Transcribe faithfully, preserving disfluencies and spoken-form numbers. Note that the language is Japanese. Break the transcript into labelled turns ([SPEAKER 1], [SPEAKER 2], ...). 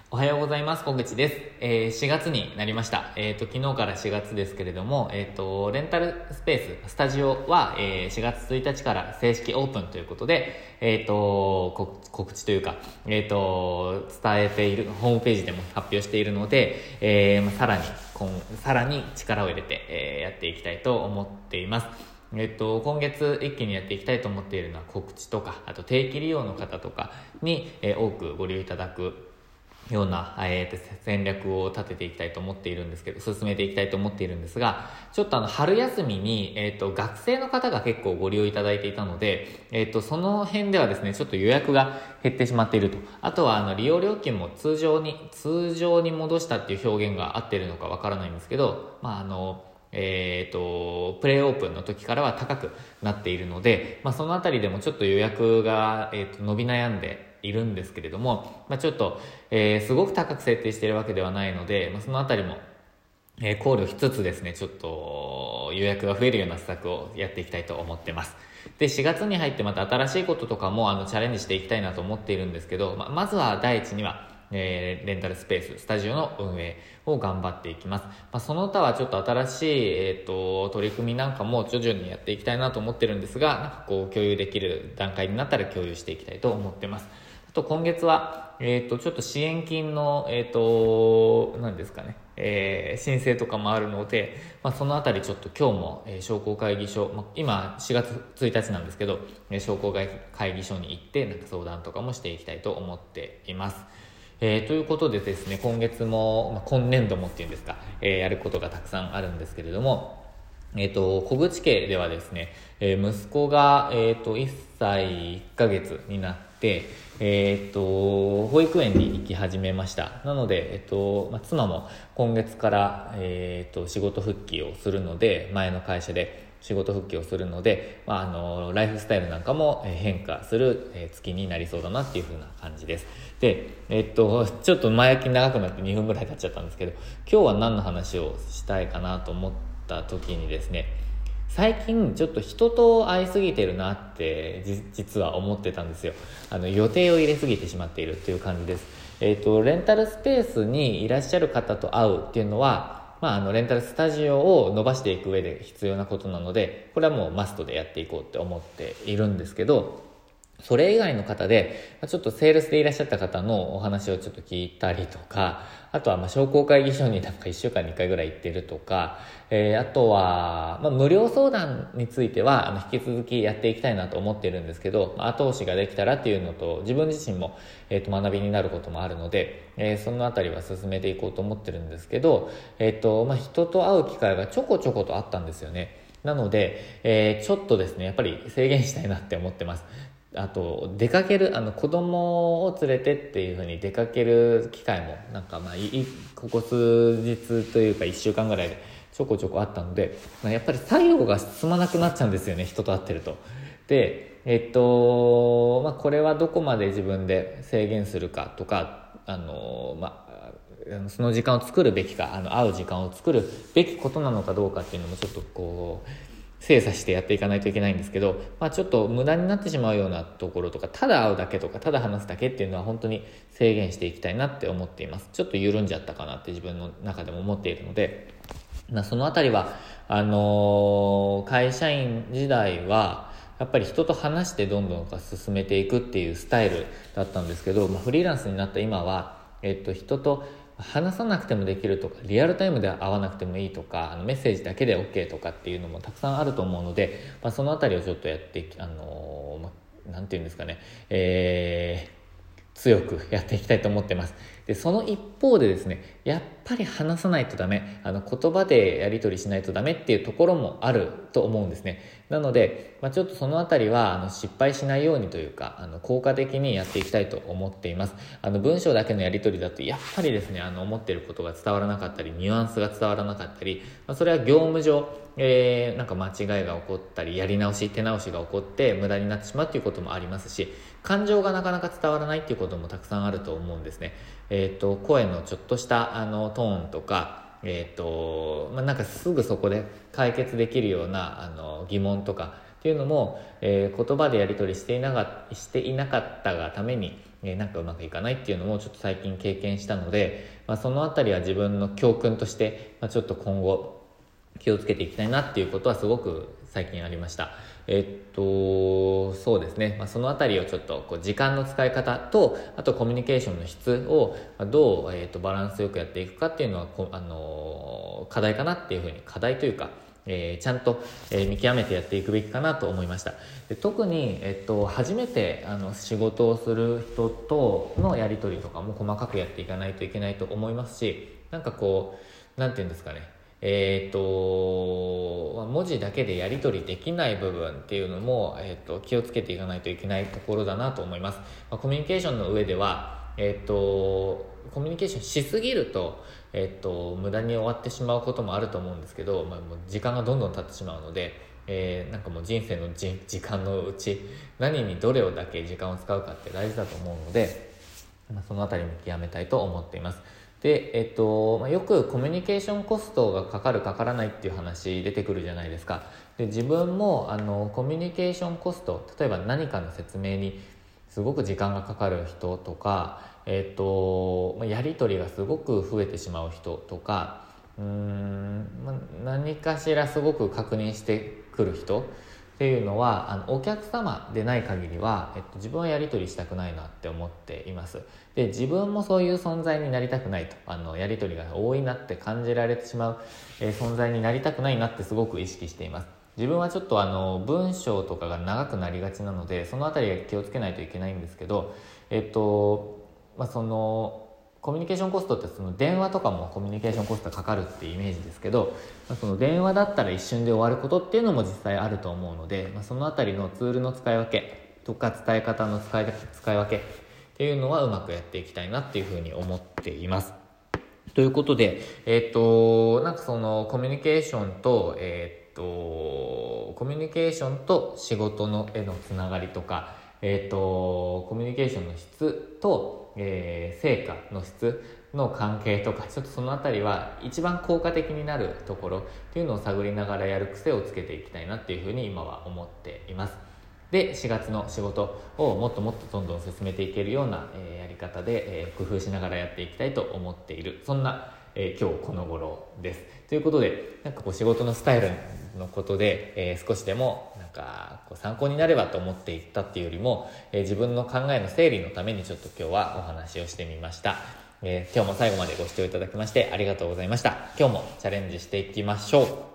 [SPEAKER 1] おはようございます。小口です。えー、しがつになりました。えっ、ー、と、昨日からしがつですけれども、えっ、ー、と、レンタルスペース、スタジオは、えー、しがつついたちから正式オープンということで、えっ、と、告知というか、えっ、と、伝えている、ホームページでも発表しているので、えー、まあ、さらに、今、さらに力を入れて、えー、やっていきたいと思っています。えっと、今月一気にやっていきたいと思っているのは告知とか、あと定期利用の方とかに、えー、多くご利用いただくような、えー、戦略を立てていきたいと思っているんですけど、進めていきたいと思っているんですが、ちょっとあの、春休みに、えっと、学生の方が結構ご利用いただいていたので、えっと、その辺ではですね、ちょっと予約が減ってしまっていると。あとは、あの、利用料金も通常に、通常に戻したっていう表現が合っているのかわからないんですけど、まあ、あの、えっと、プレイオープンの時からは高くなっているので、まあ、そのあたりでもちょっと予約が、えっと、伸び悩んで、いるんですけれども、まあ、ちょっと、えー、すごく高く設定しているわけではないので、まあ、そのあたりも、えー、考慮しつつですね、ちょっと予約が増えるような施策をやっていきたいと思ってます。で、しがつに入ってまた新しいこととかもあのチャレンジしていきたいなと思っているんですけど、まあ、まずは第一には、えー、レンタルスペース、スタジオの運営を頑張っていきます。まあ、その他はちょっと新しい、えーと、取り組みなんかも徐々にやっていきたいなと思ってるんですが、なんかこう共有できる段階になったら共有していきたいと思ってます。と今月は、えっと、ちょっと支援金の、えっと、何ですかね、えー、申請とかもあるので、まあ、そのあたりちょっと今日も、えー、商工会議所、まあ、今しがつついたちなんですけど、えー、商工会議所に行って、なんか相談とかもしていきたいと思っています。えー、ということでですね、今月も、まあ、今年度もっていうんですか、えー、やることがたくさんあるんですけれども、えっと、小口家ではですね、えー、息子が、えっと、いっさいいっかげつになって、えっと、保育園に行き始めました。なので、えっと、まあ、妻も今月から、えっと、仕事復帰をするので、前の会社で仕事復帰をするので、まあ、あの、ライフスタイルなんかも変化する月になりそうだなっていう風な感じです。で、えっと、ちょっと前置き長くなってにふんぐらい経っちゃったんですけど、今日は何の話をしたいかなと思った時にですね、最近ちょっと人と会いすぎてるなって実は思ってたんですよ。あの予定を入れすぎてしまっているっていう感じです。えっと、レンタルスペースにいらっしゃる方と会うっていうのは、まあ、あのレンタルスタジオを伸ばしていく上で必要なことなので、これはもうマストでやっていこうって思っているんですけど、それ以外の方で、ちょっとセールスでいらっしゃった方のお話をちょっと聞いたりとか、あとはまあ商工会議所になんかいっしゅうかんにいっかいぐらい行ってるとか、えー、あとは、まあ、無料相談についてはあの引き続きやっていきたいなと思っているんですけど、後押しができたらっていうのと、自分自身も、えー、と学びになることもあるので、えー、そのあたりは進めていこうと思ってるんですけど、えっと、まあ、人と会う機会がちょこちょことあったんですよね。なので、えー、ちょっとですね、やっぱり制限したいなって思ってます。あと出かけるあの子供を連れてっていう風に出かける機会もなんかまあいここ数日というかいっしゅうかんぐらいでちょこちょこあったので、まあ、やっぱり作業が進まなくなっちゃうんですよね、人と会ってると。でえっとまあこれはどこまで自分で制限するかとか、あのまあその時間を作るべきか、あの会う時間を作るべきことなのかどうかっていうのもちょっとこう精査してやっていかないといけないんですけど、まあ、ちょっと無駄になってしまうようなところとか、ただ会うだけとかただ話すだけっていうのは本当に制限していきたいなって思っています。ちょっと緩んじゃったかなって自分の中でも思っているので、まあ、そのあたりはあのー、会社員時代はやっぱり人と話してどんどん進めていくっていうスタイルだったんですけど、まあ、フリーランスになった今は、えっと、人と話さなくてもできるとか、リアルタイムで会わなくてもいいとか、あのメッセージだけで OK とかっていうのもたくさんあると思うので、まあ、そのあたりをちょっとやって、あのーまあ、なんていうんですかね、えー強くやっていきたいと思ってます。で、その一方でですね、やっぱり話さないとダメ、あの言葉でやり取りしないとダメっていうところもあると思うんですね。なので、まあ、ちょっとそのあたりはあの失敗しないようにというか、あの効果的にやっていきたいと思っています。あの文章だけのやり取りだとやっぱりですね、あの思っていることが伝わらなかったり、ニュアンスが伝わらなかったり、まあ、それは業務上えー、なんか間違いが起こったり、やり直し手直しが起こって無駄になってしまうっていうこともありますし、感情がなかなか伝わらないっていうこともたくさんあると思うんですね。えっと声のちょっとしたあのトーンとか、えっとまあ、なんかすぐそこで解決できるようなあの疑問とかっていうのも、えー、言葉でやり取りしていなかしていなかったがために、 えー、なんかうまくいかないっていうのもちょっと最近経験したので、まあ、そのあたりは自分の教訓として、まあ、ちょっと今後気をつけていきたいなっていうことはすごく最近ありました。えっとそうですね、まあ、そのあたりをちょっとこう時間の使い方と、あとコミュニケーションの質をどう、えー、とバランスよくやっていくかっていうのはこあの課題かなっていうふうに課題というか、えー、ちゃんと、えー、見極めてやっていくべきかなと思いました。で特に、えっと、初めてあの仕事をする人とのやり取りとかも細かくやっていかないといけないと思いますし、なんかこうなんていうんですかね、えー、と文字だけでやり取りできない部分っていうのも、えー、と気をつけていかないといけないところだなと思います。まあ、コミュニケーションの上では、えー、とコミュニケーションしすぎると、えー、と無駄に終わってしまうこともあると思うんですけど、まあ、もう時間がどんどん経ってしまうので、えー、なんかもう人生のじ時間のうち何にどれをだけ時間を使うかって大事だと思うので、まあ、そのあたり見極めたいと思っています。で、えっとまあ、よくコミュニケーションコストがかかるかからないっていう話出てくるじゃないですか。で自分もあのコミュニケーションコスト、例えば何かの説明にすごく時間がかかる人とか、えっとまあ、やり取りがすごく増えてしまう人とか、うーん、まあ、何かしらすごく確認してくる人っていうのは、あのお客様でない限りは、えっと、自分はやり取りしたくないなって思っています。で自分もそういう存在になりたくないと、あのやり取りが多いなって感じられてしまう、えー、存在になりたくないなってすごく意識しています。自分はちょっとあの文章とかが長くなりがちなので、そのあたりは気をつけないといけないんですけど、えっとまあそのコミュニケーションコストって、その電話とかもコミュニケーションコストかかるっていうイメージですけど、まあ、その電話だったら一瞬で終わることっていうのも実際あると思うので、まあ、そのあたりのツールの使い分けとか伝え方の使い、使い分けっていうのはうまくやっていきたいなっていうふうに思っています。ということで、えっとなんかそのコミュニケーションと、えっとコミュニケーションと仕事のへのつながりとか、えっとコミュニケーションの質と、えー、成果の質の関係とか、ちょっとそのあたりは一番効果的になるところっていうのを探りながらやる癖をつけていきたいなっていうふうに今は思っています。でしがつの仕事をもっともっとどんどん進めていけるような、えー、やり方で、えー、工夫しながらやっていきたいと思っている、そんな、えー、今日この頃です。ということで、なんかこう仕事のスタイルのことで、えー、少しでもなんかこう参考になればと思っていったっていうよりも、えー、自分の考えの整理のためにちょっと今日はお話をしてみました。えー、今日も最後までご視聴いただきましてありがとうございました。今日もチャレンジしていきましょう。